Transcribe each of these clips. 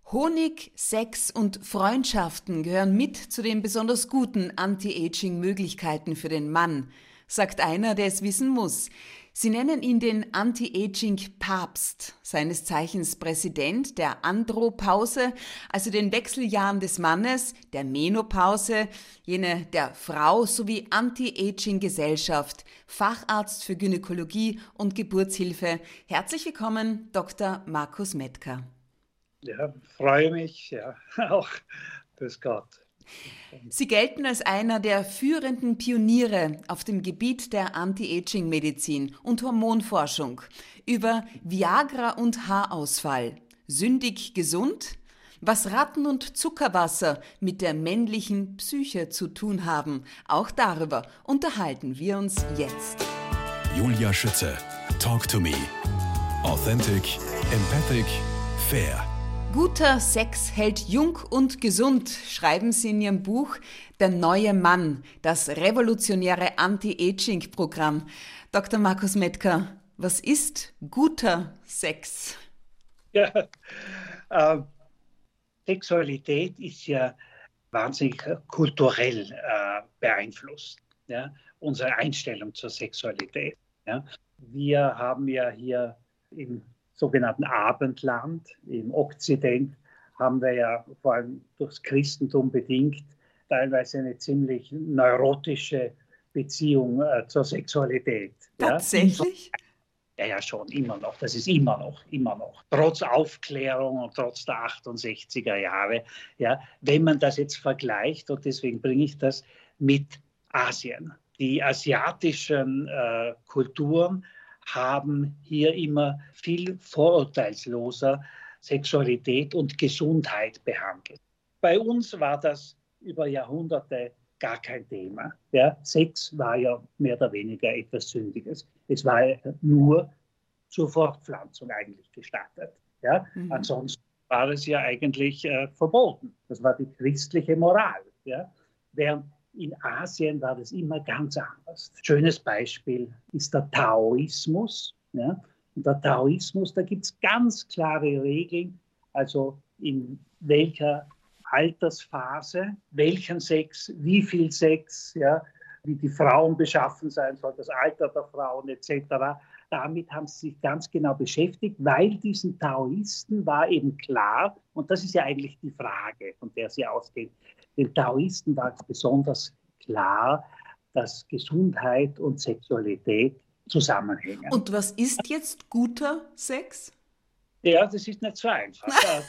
Honig, Sex und Freundschaften gehören mit zu den besonders guten Anti-Aging-Möglichkeiten für den Mann, sagt einer, der es wissen muss. Sie nennen ihn den Anti-Aging-Papst, seines Zeichens Präsident der Andropause, also den Wechseljahren des Mannes, der Menopause, jene der Frau sowie Anti-Aging-Gesellschaft, Facharzt für Gynäkologie und Geburtshilfe. Herzlich willkommen, Dr. Markus Mettker. Ja, freue mich, ja, auch. Grüß Gott. Sie gelten als einer der führenden Pioniere auf dem Gebiet der Anti-Aging-Medizin und Hormonforschung über Viagra und Haarausfall. Sündig gesund? Was Ratten und Zuckerwasser mit der männlichen Psyche zu tun haben, auch darüber unterhalten wir uns jetzt. Julia Schütze, Talk to Me. Authentic, empathic, fair. Guter Sex hält jung und gesund, schreiben Sie in Ihrem Buch Der neue Mann, das revolutionäre Anti-Aging-Programm. Dr. Markus Mettker, was ist guter Sex? Ja, Sexualität ist ja wahnsinnig kulturell beeinflusst, ja, unsere Einstellung zur Sexualität. Ja. Wir haben ja hier im sogenannten Abendland, im Okzident, haben wir ja vor allem durchs Christentum bedingt teilweise eine ziemlich neurotische Beziehung zur Sexualität. Tatsächlich? Ja, schon, immer noch. Das ist immer noch. Trotz Aufklärung und trotz der 68er Jahre. Ja, wenn man das jetzt vergleicht, und deswegen bringe ich das mit Asien. Die asiatischen Kulturen haben hier immer viel vorurteilsloser Sexualität und Gesundheit behandelt. Bei uns war das über Jahrhunderte gar kein Thema. Ja, Sex war ja mehr oder weniger etwas Sündiges. Es war nur zur Fortpflanzung eigentlich gestattet. Ja? Ansonsten war es ja eigentlich verboten. Das war die christliche Moral. Ja? Während in Asien war das immer ganz anders. Schönes Beispiel ist der Taoismus. Ja? Und der Taoismus, da gibt es ganz klare Regeln, also in welcher Altersphase, welchen Sex, wie viel Sex, ja, wie die Frauen beschaffen sein sollen, das Alter der Frauen etc. Damit haben sie sich ganz genau beschäftigt, weil diesen Taoisten war eben klar, und das ist ja eigentlich die Frage, von der sie ausgehen, den Taoisten war besonders klar, dass Gesundheit und Sexualität zusammenhängen. Und was ist jetzt guter Sex? Ja, das ist nicht so einfach.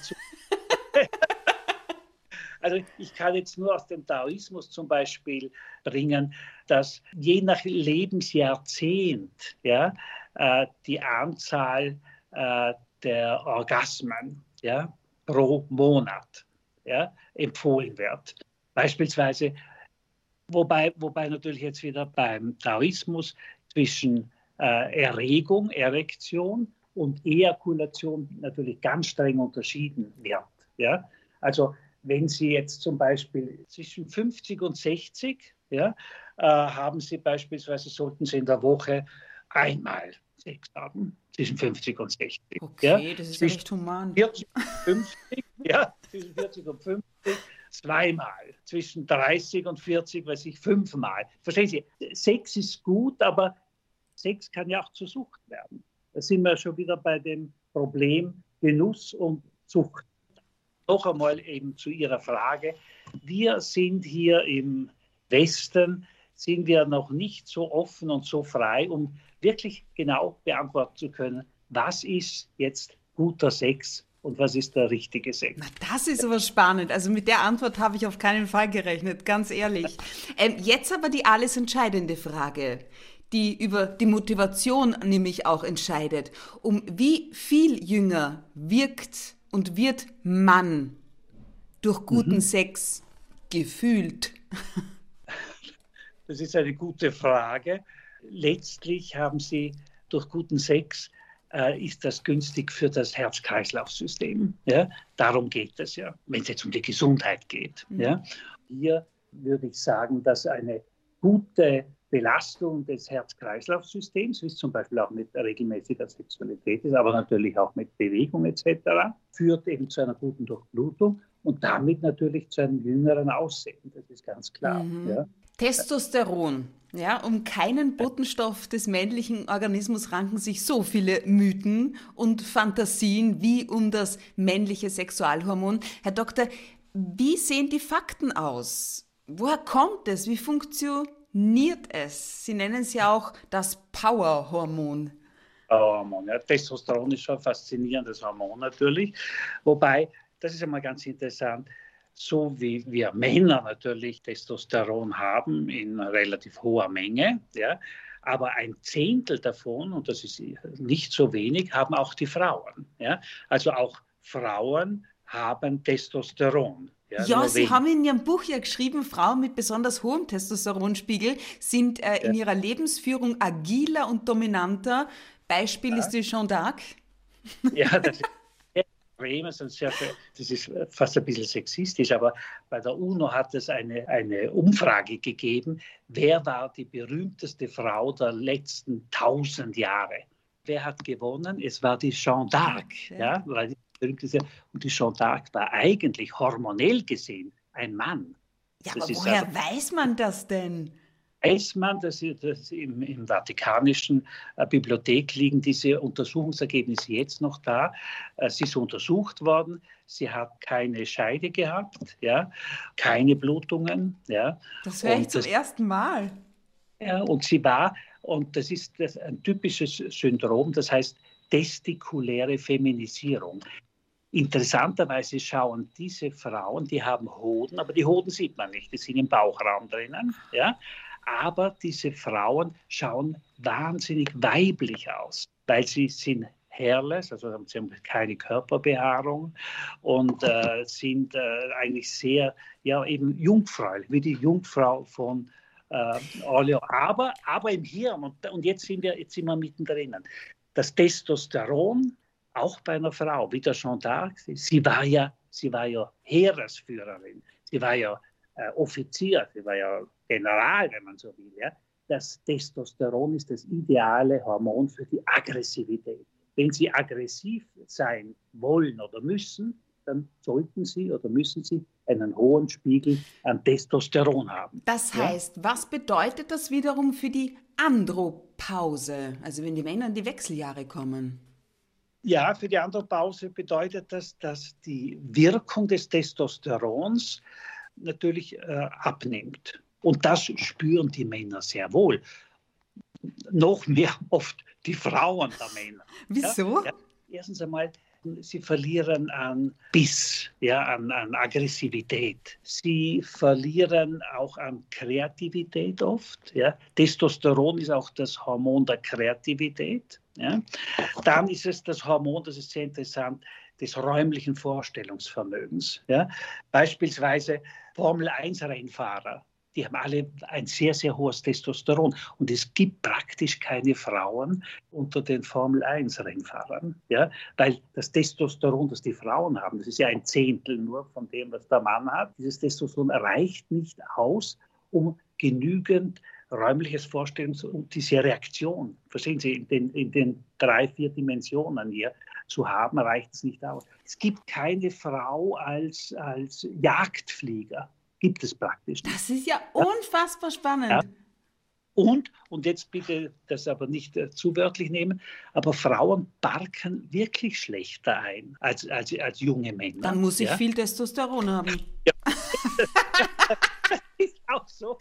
Also ich kann jetzt nur aus dem Taoismus zum Beispiel bringen, dass je nach Lebensjahrzehnt ja, die Anzahl der Orgasmen ja, pro Monat ja, empfohlen wird. Beispielsweise, wobei natürlich jetzt wieder beim Taoismus zwischen Erregung, Erektion und Ejakulation natürlich ganz streng unterschieden wird. Ja? Also wenn Sie jetzt zum Beispiel zwischen 50 und 60 ja, haben Sie beispielsweise, sollten Sie in der Woche einmal Sex haben, zwischen 50 und 60. Okay, ja. das ist recht human. 40 und 50, ja, zwischen 40 und 50, zweimal. Zwischen 30 und 40, weiß ich, 5-mal. Verstehen Sie, Sex ist gut, aber Sex kann ja auch zur Sucht werden. Da sind wir schon wieder bei dem Problem Genuss und Sucht. Noch einmal eben zu Ihrer Frage. Wir sind hier im Westen, sind wir noch nicht so offen und so frei, um wirklich genau beantworten zu können, was ist jetzt guter Sex und was ist der richtige Sex. Na, das ist aber spannend. Also mit der Antwort habe ich auf keinen Fall gerechnet, ganz ehrlich. Jetzt aber die alles entscheidende Frage, die über die Motivation nämlich auch entscheidet. Um wie viel jünger wirkt und wird Mann durch guten Sex gefühlt? Das ist eine gute Frage. Letztlich haben Sie durch guten Sex, ist das günstig für das Herz-Kreislauf-System. Ja? Darum geht es ja, wenn es jetzt um die Gesundheit geht. Ja? Hier würde ich sagen, dass eine gute Belastung des Herz-Kreislauf-Systems, wie es zum Beispiel auch mit regelmäßiger Sexualität ist, aber natürlich auch mit Bewegung etc., führt eben zu einer guten Durchblutung und damit natürlich zu einem jüngeren Aussehen. Das ist ganz klar. Ja. Testosteron. Ja, um keinen Botenstoff des männlichen Organismus ranken sich so viele Mythen und Fantasien wie um das männliche Sexualhormon. Herr Doktor, wie sehen die Fakten aus? Woher kommt es? Wie funktioniert es? Sie nennen es ja auch das Powerhormon. Hormon. Ja. Testosteron ist schon ein faszinierendes Hormon natürlich, wobei, das ist einmal ganz interessant, so wie wir Männer natürlich Testosteron haben in relativ hoher Menge, ja, aber 1/10 davon, und das ist nicht so wenig, haben auch die Frauen. Ja. Also auch Frauen haben Testosteron. Ja, Sie haben in Ihrem Buch ja geschrieben, Frauen mit besonders hohem Testosteronspiegel sind in ihrer Lebensführung agiler und dominanter. Beispiel ist die Jeanne d'Arc. Ja, das ist extrem, das ist fast ein bisschen sexistisch, aber bei der UNO hat es eine Umfrage gegeben, wer war die berühmteste Frau der letzten 1000 Jahre? Wer hat gewonnen? Es war die Jeanne d'Arc. Ja, weil die berühmteste, und die Jeanne d'Arc war eigentlich hormonell gesehen ein Mann. Ja, aber woher weiß man das denn? Weiß man, dass im Vatikanischen Bibliothek liegen diese Untersuchungsergebnisse jetzt noch da. Sie ist untersucht worden, sie hat keine Scheide gehabt, ja, keine Blutungen. Ja. Das höre ich zum ersten Mal. Ja, und sie war, und das ist ein typisches Syndrom, das heißt testikuläre Feminisierung. Interessanterweise schauen diese Frauen, die haben Hoden, aber die Hoden sieht man nicht, die sind im Bauchraum drinnen, ja. Aber diese Frauen schauen wahnsinnig weiblich aus, weil sie sind hairless, also sie haben keine Körperbehaarung und sind eigentlich sehr, ja, eben jungfräulich, wie die Jungfrau von Orleans. Aber im Hirn, und jetzt sind wir mittendrin. Das Testosteron, auch bei einer Frau, wie der Jeanne d'Arc, sie war ja Heeresführerin, sie war ja Offizier, sie war ja General, wenn man so will. Ja. Das Testosteron ist das ideale Hormon für die Aggressivität. Wenn Sie aggressiv sein wollen oder müssen, dann sollten Sie oder müssen Sie einen hohen Spiegel an Testosteron haben. Das heißt, was bedeutet das wiederum für die Andropause, also wenn die Männer in die Wechseljahre kommen? Ja, für die Andropause bedeutet das, dass die Wirkung des Testosterons natürlich abnimmt. Und das spüren die Männer sehr wohl. Noch mehr oft die Frauen der Männer. Wieso? Ja, erstens einmal, sie verlieren an Biss, ja, an Aggressivität. Sie verlieren auch an Kreativität oft. Ja. Testosteron ist auch das Hormon der Kreativität. Ja. Dann ist es das Hormon, das ist sehr interessant, des räumlichen Vorstellungsvermögens. Ja. Beispielsweise Formel-1-Rennfahrer. Die haben alle ein sehr, sehr hohes Testosteron. Und es gibt praktisch keine Frauen unter den Formel-1-Rennfahrern. Ja? Weil das Testosteron, das die Frauen haben, das ist ja 1/10 nur von dem, was der Mann hat. Dieses Testosteron reicht nicht aus, um genügend räumliches Vorstellungs- und diese Reaktion, verstehen Sie, in den 3-4 Dimensionen hier zu haben, reicht es nicht aus. Es gibt keine Frau als Jagdflieger. Gibt es praktisch nicht. Das ist ja unfassbar spannend. Ja. Und jetzt bitte das aber nicht zu wörtlich nehmen, aber Frauen barken wirklich schlechter ein als junge Männer. Dann muss ich viel Testosteron haben. Ja. Das ist auch so.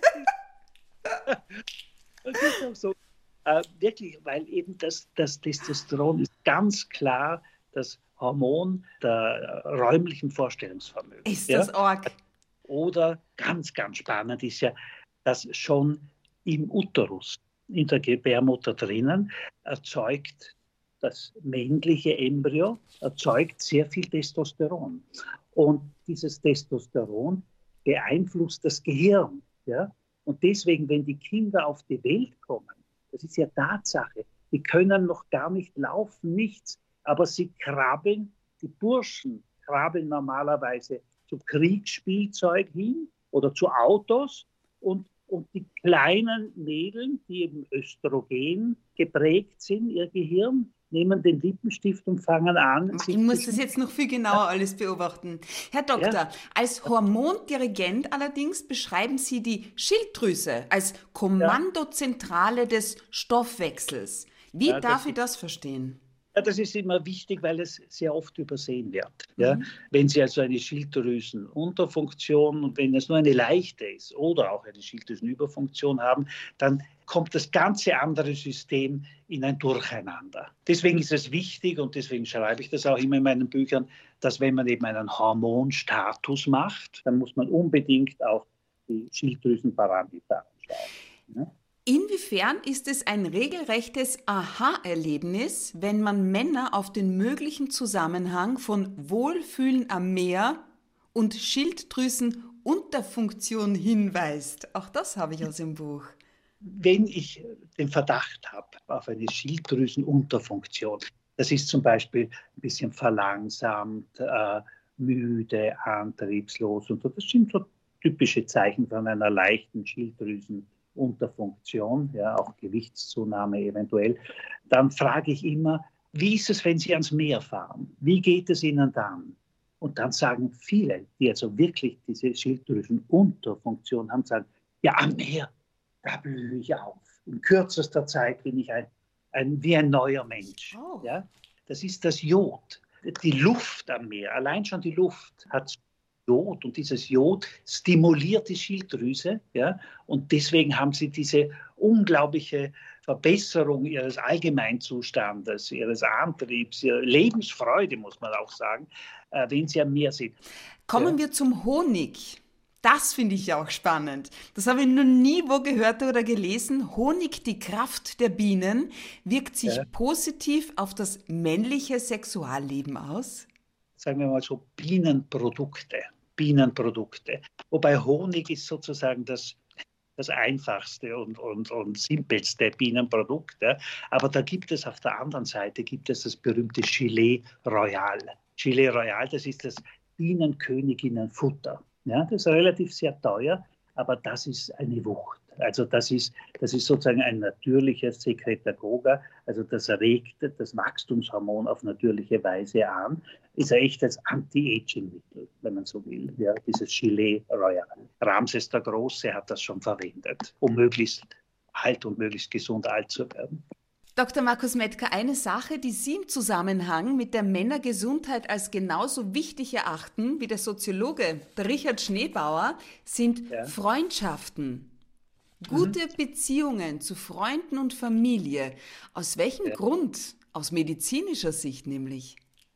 Das ist auch so. Wirklich, weil eben das Testosteron ist ganz klar das Hormon der räumlichen Vorstellungsvermögens. Ist das arg? Oder ganz, ganz spannend ist ja, dass schon im Uterus, in der Gebärmutter drinnen, erzeugt das männliche Embryo sehr viel Testosteron. Und dieses Testosteron beeinflusst das Gehirn. Ja? Und deswegen, wenn die Kinder auf die Welt kommen, das ist ja Tatsache, die können noch gar nicht laufen, nichts, aber sie krabbeln, die Burschen krabbeln normalerweise zu Kriegsspielzeug hin oder zu Autos und Und die kleinen Mädel, die eben Östrogen geprägt sind, ihr Gehirn, nehmen den Lippenstift und fangen an. Ich muss das jetzt noch viel genauer alles beobachten. Herr Doktor, als Hormondirigent allerdings beschreiben Sie die Schilddrüse als Kommandozentrale des Stoffwechsels. Wie darf ich das verstehen? Ja, das ist immer wichtig, weil es sehr oft übersehen wird. Ja? Wenn Sie also eine Schilddrüsenunterfunktion und wenn es nur eine leichte ist oder auch eine Schilddrüsenüberfunktion haben, dann kommt das ganze andere System in ein Durcheinander. Deswegen ist es wichtig und deswegen schreibe ich das auch immer in meinen Büchern, dass wenn man eben einen Hormonstatus macht, dann muss man unbedingt auch die Schilddrüsenparameter anschauen. Ja? Inwiefern ist es ein regelrechtes Aha-Erlebnis, wenn man Männer auf den möglichen Zusammenhang von Wohlfühlen am Meer und Schilddrüsenunterfunktion hinweist? Auch das habe ich aus dem Buch. Wenn ich den Verdacht habe auf eine Schilddrüsenunterfunktion, das ist zum Beispiel ein bisschen verlangsamt, müde, antriebslos und so, das sind so typische Zeichen von einer leichten Schilddrüsenunterfunktion, ja, auch Gewichtszunahme eventuell, dann frage ich immer, wie ist es, wenn Sie ans Meer fahren? Wie geht es Ihnen dann? Und dann sagen viele, die also wirklich diese Schilddrüsenunterfunktion haben, sagen, ja, am Meer, da blühe ich auf. In kürzester Zeit bin ich wie ein neuer Mensch. Oh. Ja? Das ist das Jod. Die Luft am Meer, allein schon die Luft hat Jod und dieses Jod stimuliert die Schilddrüse. Ja? Und deswegen haben sie diese unglaubliche Verbesserung ihres Allgemeinzustandes, ihres Antriebs, ihrer Lebensfreude, muss man auch sagen, wenn sie am Meer sind. Kommen wir zum Honig. Das finde ich ja auch spannend. Das habe ich noch nie wo gehört oder gelesen. Honig, die Kraft der Bienen, wirkt sich positiv auf das männliche Sexualleben aus? Sagen wir mal so Bienenprodukte. Wobei Honig ist sozusagen das einfachste und simpelste Bienenprodukt. Ja. Aber da gibt es auf der anderen Seite das berühmte Gilet Royal. Gilet Royal, das ist das Bienenköniginnenfutter. Ja, das ist relativ sehr teuer, aber das ist eine Wucht. Also das ist sozusagen ein natürliches Sekretagoga, also das regt das Wachstumshormon auf natürliche Weise an. Ist ein echtes Anti-Aging-Mittel, wenn man so will, ja, dieses Gilet Royal. Ramses der Große hat das schon verwendet, um möglichst alt und möglichst gesund alt zu werden. Dr. Markus Mettker, eine Sache, die Sie im Zusammenhang mit der Männergesundheit als genauso wichtig erachten wie der Soziologe, der Richard Schneebauer, sind Freundschaften. Gute Beziehungen zu Freunden und Familie. Aus welchem Grund? Aus medizinischer Sicht nämlich.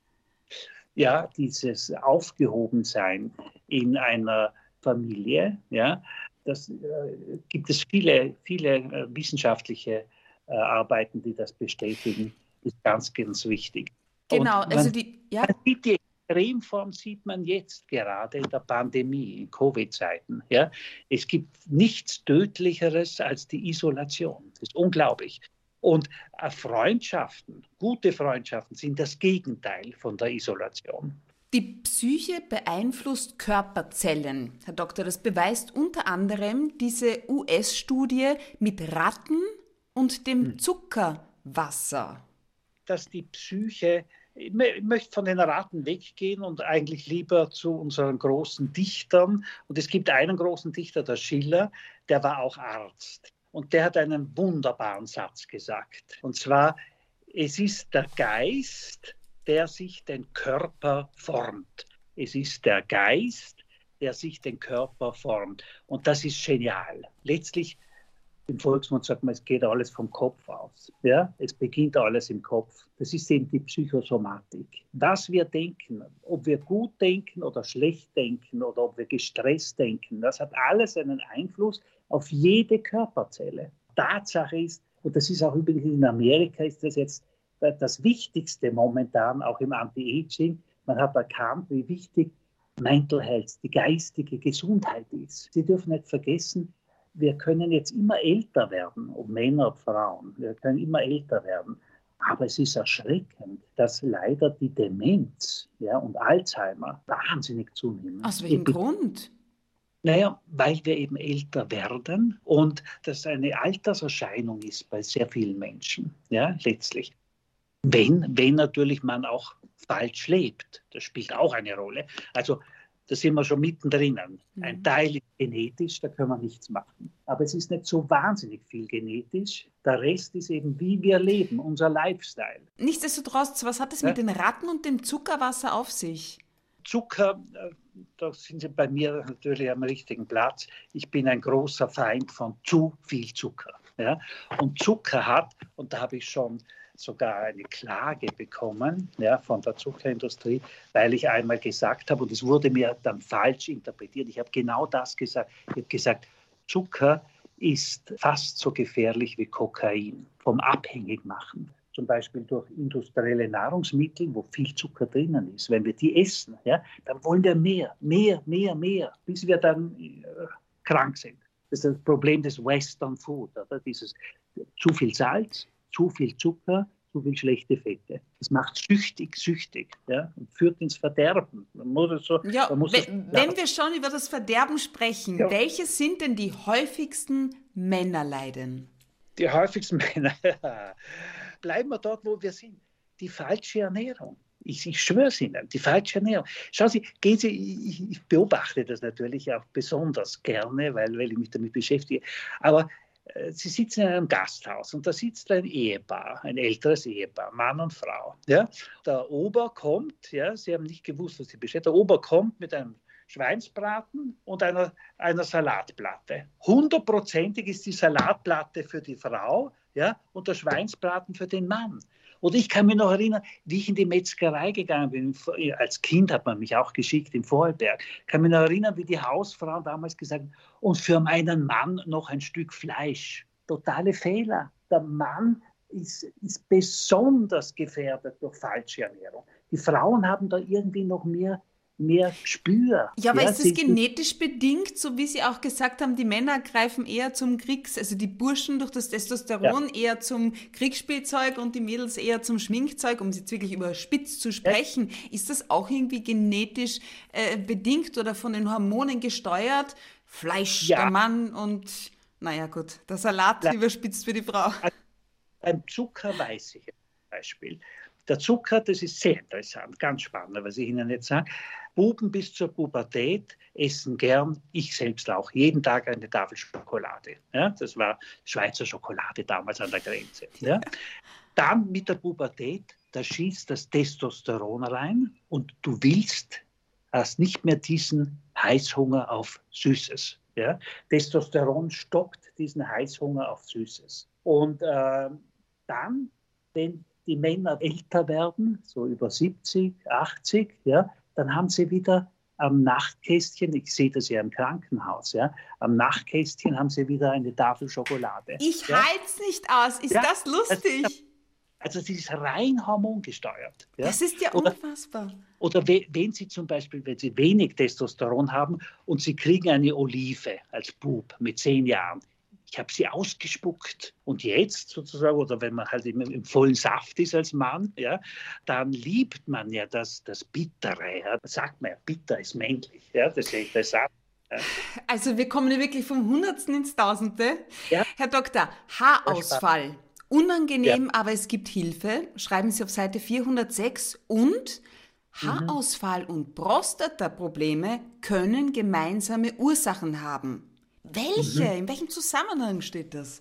Ja, dieses Aufgehobensein in einer Familie, ja, das gibt es viele wissenschaftliche Arbeiten, die das bestätigen, ist ganz, ganz wichtig. Genau, also die Extremform sieht man jetzt gerade in der Pandemie, in Covid-Zeiten. Ja? Es gibt nichts Tödlicheres als die Isolation. Das ist unglaublich. Und Freundschaften, gute Freundschaften sind das Gegenteil von der Isolation. Die Psyche beeinflusst Körperzellen, Herr Doktor. Das beweist unter anderem diese US-Studie mit Ratten und dem Zuckerwasser. Dass die Psyche, ich möchte von den Ratten weggehen und eigentlich lieber zu unseren großen Dichtern. Und es gibt einen großen Dichter, der Schiller, der war auch Arzt. Und der hat einen wunderbaren Satz gesagt. Und zwar, es ist der Geist, der sich den Körper formt. Es ist der Geist, der sich den Körper formt. Und das ist genial. Letztlich im Volksmund sagt man, es geht alles vom Kopf aus. Ja? Es beginnt alles im Kopf. Das ist eben die Psychosomatik. Was wir denken, ob wir gut denken oder schlecht denken oder ob wir gestresst denken, das hat alles einen Einfluss auf jede Körperzelle. Tatsache ist, und das ist auch übrigens in Amerika, ist das jetzt das Wichtigste momentan, auch im Anti-Aging. Man hat erkannt, wie wichtig Mental Health, die geistige Gesundheit ist. Sie dürfen nicht vergessen, wir können jetzt immer älter werden, ob Männer, ob Frauen. Wir können immer älter werden. Aber es ist erschreckend, dass leider die Demenz und Alzheimer wahnsinnig zunehmen. Aus welchem Grund? Naja, weil wir eben älter werden und das eine Alterserscheinung ist bei sehr vielen Menschen, ja, letztlich. Wenn natürlich man auch falsch lebt, das spielt auch eine Rolle. Also da sind wir schon mittendrin. Ein Teil ist genetisch, da können wir nichts machen. Aber es ist nicht so wahnsinnig viel genetisch. Der Rest ist eben, wie wir leben, unser Lifestyle. Nichtsdestotrotz, was hat es mit den Ratten und dem Zuckerwasser auf sich? Zucker, da sind Sie bei mir natürlich am richtigen Platz. Ich bin ein großer Feind von zu viel Zucker. Ja? Und Zucker hat, und da habe ich schon sogar eine Klage bekommen, ja, von der Zuckerindustrie, weil ich einmal gesagt habe, und es wurde mir dann falsch interpretiert, ich habe genau das gesagt, ich habe gesagt, Zucker ist fast so gefährlich wie Kokain, vom Abhängigmachen. Zum Beispiel durch industrielle Nahrungsmittel, wo viel Zucker drinnen ist. Wenn wir die essen, ja, dann wollen wir mehr, bis wir dann krank sind. Das ist das Problem des Western Food, oder? Dieses zu viel Salz, zu viel Zucker, zu viel schlechte Fette. Das macht süchtig, ja, und führt ins Verderben. Wenn wir schon über das Verderben sprechen, welche sind denn die häufigsten Männerleiden? Die häufigsten Männer, bleiben wir dort, wo wir sind. Die falsche Ernährung. Ich schwöre es Ihnen, die falsche Ernährung. Schauen Sie, ich beobachte das natürlich auch besonders gerne, weil ich mich damit beschäftige. Aber Sie sitzen in einem Gasthaus und da sitzt ein Ehepaar, ein älteres Ehepaar, Mann und Frau. Ja? Der Ober kommt, ja, Sie haben nicht gewusst, was Sie beschäftigt. Der Ober kommt mit einem Schweinsbraten und einer Salatplatte. 100% ist die Salatplatte für die Frau, ja, und der Schweinsbraten für den Mann. Oder ich kann mich noch erinnern, wie ich in die Metzgerei gegangen bin. Als Kind hat man mich auch geschickt in Vorarlberg. Ich kann mich noch erinnern, wie die Hausfrau damals gesagt hat, und für meinen Mann noch ein Stück Fleisch. Totale Fehler. Der Mann ist besonders gefährdet durch falsche Ernährung. Die Frauen haben da irgendwie noch mehr Gespür. Ja, aber ist das genetisch bedingt, so wie Sie auch gesagt haben, die Männer greifen eher zum also die Burschen durch das Testosteron eher zum Kriegsspielzeug und die Mädels eher zum Schminkzeug, um jetzt wirklich überspitzt zu sprechen. Ist das auch irgendwie genetisch bedingt oder von den Hormonen gesteuert? Fleisch, der Mann und, naja gut, der Salat überspitzt für die Frau. Beim Zucker weiß ich zum Beispiel. Der Zucker, das ist sehr interessant, ganz spannend, was ich Ihnen jetzt sage. Buben bis zur Pubertät essen gern, ich selbst auch, jeden Tag eine Tafel Schokolade. Ja, das war Schweizer Schokolade damals an der Grenze. Ja. Dann mit der Pubertät, da schießt das Testosteron rein und du hast nicht mehr diesen Heißhunger auf Süßes. Ja. Testosteron stoppt diesen Heißhunger auf Süßes. Und dann, wenn die Männer älter werden, so über 70, 80, ja, dann haben sie wieder am Nachtkästchen, ich sehe das ja im Krankenhaus, ja, am Nachtkästchen haben sie wieder eine Tafel Schokolade. Ich halte es nicht aus. Ist das lustig? Also das ist rein hormongesteuert. Ja? Das ist ja unfassbar. Oder wenn Sie zum Beispiel, wenn Sie wenig Testosteron haben und Sie kriegen eine Olive als Bub mit 10 Jahren, ich habe sie ausgespuckt. Und jetzt sozusagen, oder wenn man halt im vollen Saft ist als Mann, ja, dann liebt man ja das Bittere. Ja. Sagt man ja, bitter ist männlich. Ja, das ist ja interessant. Ja. Also wir kommen ja wirklich vom Hundertsten ins Tausendste. Ja. Herr Doktor, Haarausfall. Unangenehm, aber es gibt Hilfe. Schreiben Sie auf Seite 406. Und Haarausfall und Prostataprobleme können gemeinsame Ursachen haben. Welche? In welchem Zusammenhang steht das?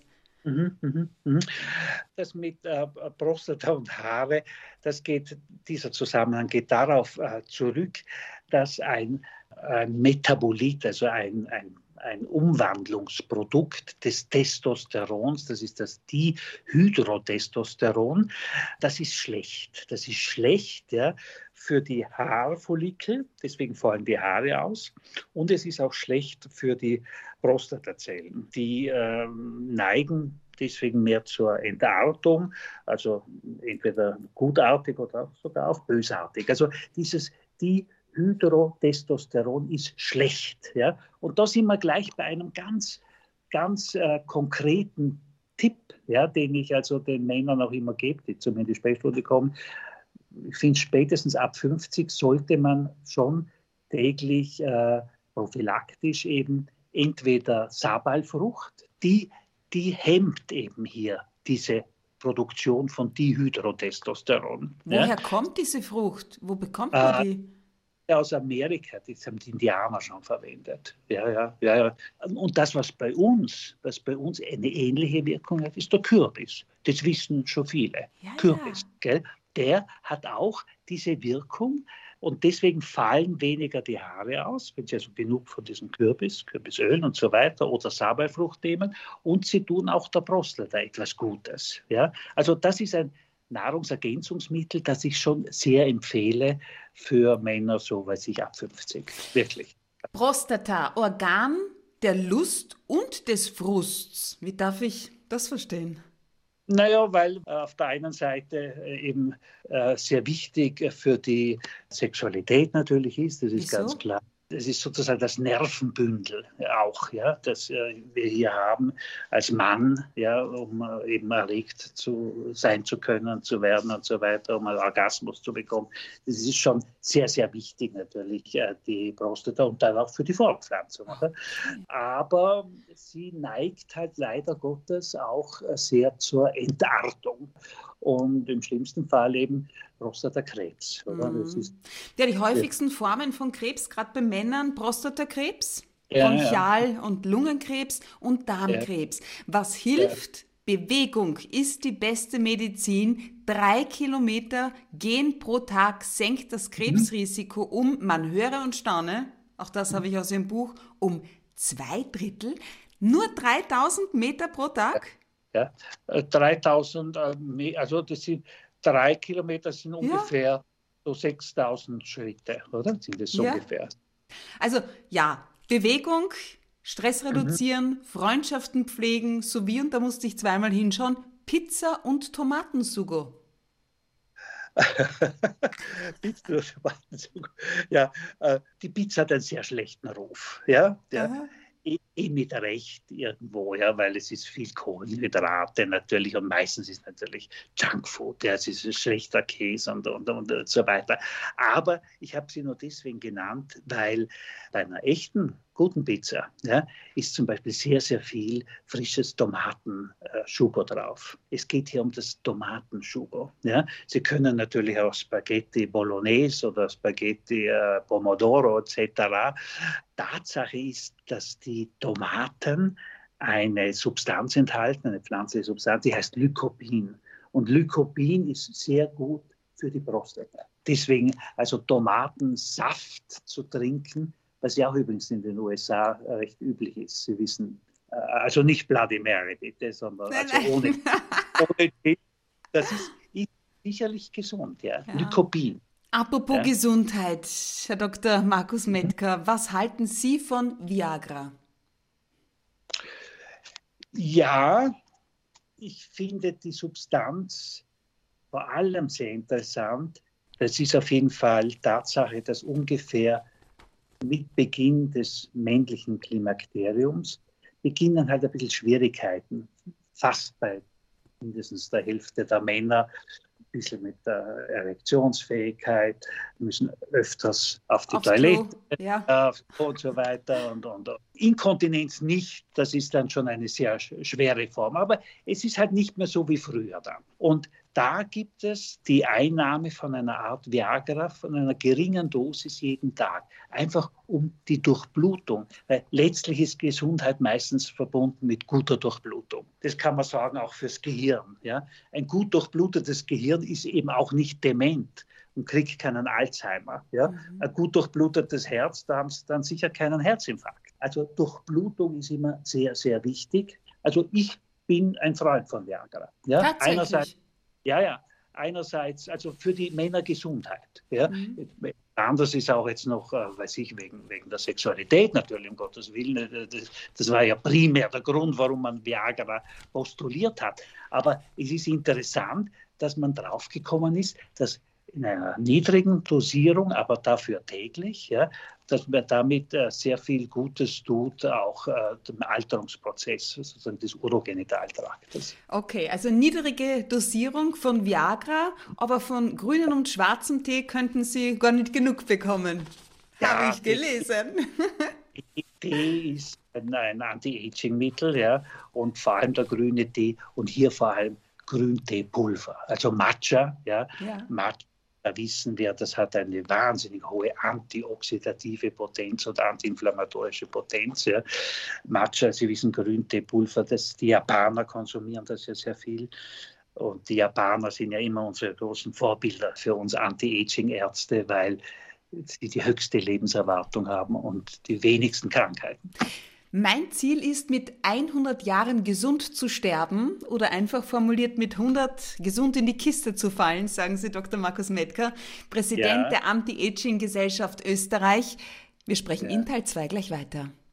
Das mit Prostata und Haare, dieser Zusammenhang geht darauf zurück, dass ein Metabolit, also ein Umwandlungsprodukt des Testosterons, das ist das Dihydrotestosteron, das ist schlecht. Das ist schlecht, ja, für die Haarfollikel, deswegen fallen die Haare aus. Und es ist auch schlecht für die Prostatazellen. Die neigen deswegen mehr zur Entartung, also entweder gutartig oder sogar auch bösartig. Also dieses Dihydrotestosteron ist schlecht. Ja? Und da sind wir gleich bei einem ganz konkreten Tipp, ja, den ich also den Männern auch immer gebe, die zu mir in die Sprechstunde kommen. Ich finde, spätestens ab 50 sollte man schon täglich prophylaktisch eben entweder Sabal-Frucht, die hemmt eben hier diese Produktion von Dihydrotestosteron. Woher kommt diese Frucht? Wo bekommt man die? Aus Amerika, das haben die Indianer schon verwendet. Ja. Und das, was bei uns eine ähnliche Wirkung hat, ist der Kürbis. Das wissen schon viele. Ja, Kürbis, gell? Der hat auch diese Wirkung. Und deswegen fallen weniger die Haare aus, wenn Sie also genug von diesem Kürbisöl und so weiter oder Sabelfrucht nehmen. Und sie tun auch der Prostata etwas Gutes. Ja? Also das ist ein Nahrungsergänzungsmittel, das ich schon sehr empfehle für Männer, so weiß ich, ab 50. Wirklich. Prostata, Organ der Lust und des Frusts. Wie darf ich das verstehen? Naja, weil auf der einen Seite eben sehr wichtig für die Sexualität natürlich ist, das ist ganz klar. Das ist sozusagen das Nervenbündel auch, ja, das wir hier haben als Mann, ja, um eben erregt sein zu können, zu werden und so weiter, um einen Orgasmus zu bekommen. Das ist schon sehr, sehr wichtig natürlich, die Prostata und dann auch für die Fortpflanzung. Oder? Aber sie neigt halt leider Gottes auch sehr zur Entartung und im schlimmsten Fall eben Prostatakrebs. Oder? Das ist die häufigsten Formen von Krebs, gerade bei Männern, Prostatakrebs, Bronchial- und Lungenkrebs und Darmkrebs. Was hilft? Bewegung ist die beste Medizin. 3 Kilometer gehen pro Tag senkt das Krebsrisiko um, man höre und staune, auch das habe ich aus Ihrem Buch, um 2/3. Nur 3000 Meter pro Tag? Ja, 3000, also das sind 3 Kilometer sind ungefähr so 6000 Schritte, oder? Sind das so ungefähr? Also Bewegung, Stress reduzieren, Freundschaften pflegen, sowie, und da musste ich zweimal hinschauen, Pizza und Tomatensugo. Pizza und Tomatensugo. Ja, die Pizza hat einen sehr schlechten Ruf. Ja. Mit Recht irgendwo, ja, weil es ist viel Kohlenhydrate natürlich und meistens ist natürlich Junkfood, ja, es ist schlechter Käse und so weiter. Aber ich habe sie nur deswegen genannt, weil bei einer echten guten Pizza ist zum Beispiel sehr, sehr viel frisches Tomatenschugo drauf. Es geht hier um das Tomatenschugo. Ja. Sie können natürlich auch Spaghetti Bolognese oder Spaghetti Pomodoro etc. Tatsache ist, dass die Tomaten eine Substanz enthalten, eine pflanzliche Substanz, die heißt Lycopin. Und Lycopin ist sehr gut für die Prostata. Deswegen also Tomatensaft zu trinken, was ja auch übrigens in den USA recht üblich ist. Sie wissen, also nicht Bloody Mary bitte, sondern ohne. Das ist sicherlich gesund, Lycopin. Apropos Gesundheit, Herr Dr. Markus Mettker, was halten Sie von Viagra? Ja, ich finde die Substanz vor allem sehr interessant. Das ist auf jeden Fall Tatsache, dass ungefähr mit Beginn des männlichen Klimakteriums beginnen halt ein bisschen Schwierigkeiten, fast bei mindestens der Hälfte der Männer, ein bisschen mit der Erektionsfähigkeit, müssen öfters auf die Toilette und so weiter und Inkontinenz nicht, das ist dann schon eine sehr schwere Form, aber es ist halt nicht mehr so wie früher dann. Und da gibt es die Einnahme von einer Art Viagra, von einer geringen Dosis jeden Tag, einfach um die Durchblutung. Weil letztlich ist Gesundheit meistens verbunden mit guter Durchblutung. Das kann man sagen auch fürs Gehirn. Ja? Ein gut durchblutetes Gehirn ist eben auch nicht dement und kriegt keinen Alzheimer. Ja? Ein gut durchblutetes Herz, da haben sie dann sicher keinen Herzinfarkt. Also Durchblutung ist immer sehr, sehr wichtig. Also ich bin ein Freund von Viagra. Ja? Tatsächlich? Einerseits also für die Männergesundheit. Ja. Anders ist auch jetzt noch, wegen der Sexualität natürlich, um Gottes Willen. Das war ja primär der Grund, warum man Viagra postuliert hat. Aber es ist interessant, dass man draufgekommen ist, dass in einer niedrigen Dosierung, aber dafür täglich, dass man damit sehr viel Gutes tut, auch dem Alterungsprozess, sozusagen des Urogenitaltraktes. Okay, also niedrige Dosierung von Viagra, aber von grünem und schwarzem Tee könnten Sie gar nicht genug bekommen. Habe ich gelesen. Tee ist ein Anti-Aging-Mittel, ja, und vor allem der grüne Tee und hier vor allem Grünteepulver, also Matcha. Ja. Matcha, da wissen wir, das hat eine wahnsinnig hohe antioxidative Potenz und antiinflammatorische Potenz. Ja. Matcha, Sie wissen, Grünteepulver, die Japaner konsumieren das ja sehr viel. Und die Japaner sind ja immer unsere großen Vorbilder für uns Anti-Aging-Ärzte, weil sie die höchste Lebenserwartung haben und die wenigsten Krankheiten. Mein Ziel ist, mit 100 Jahren gesund zu sterben oder einfach formuliert mit 100 gesund in die Kiste zu fallen, sagen Sie, Dr. Markus Mettker, Präsident der Anti-Aging-Gesellschaft Österreich. Wir sprechen in Teil 2 gleich weiter.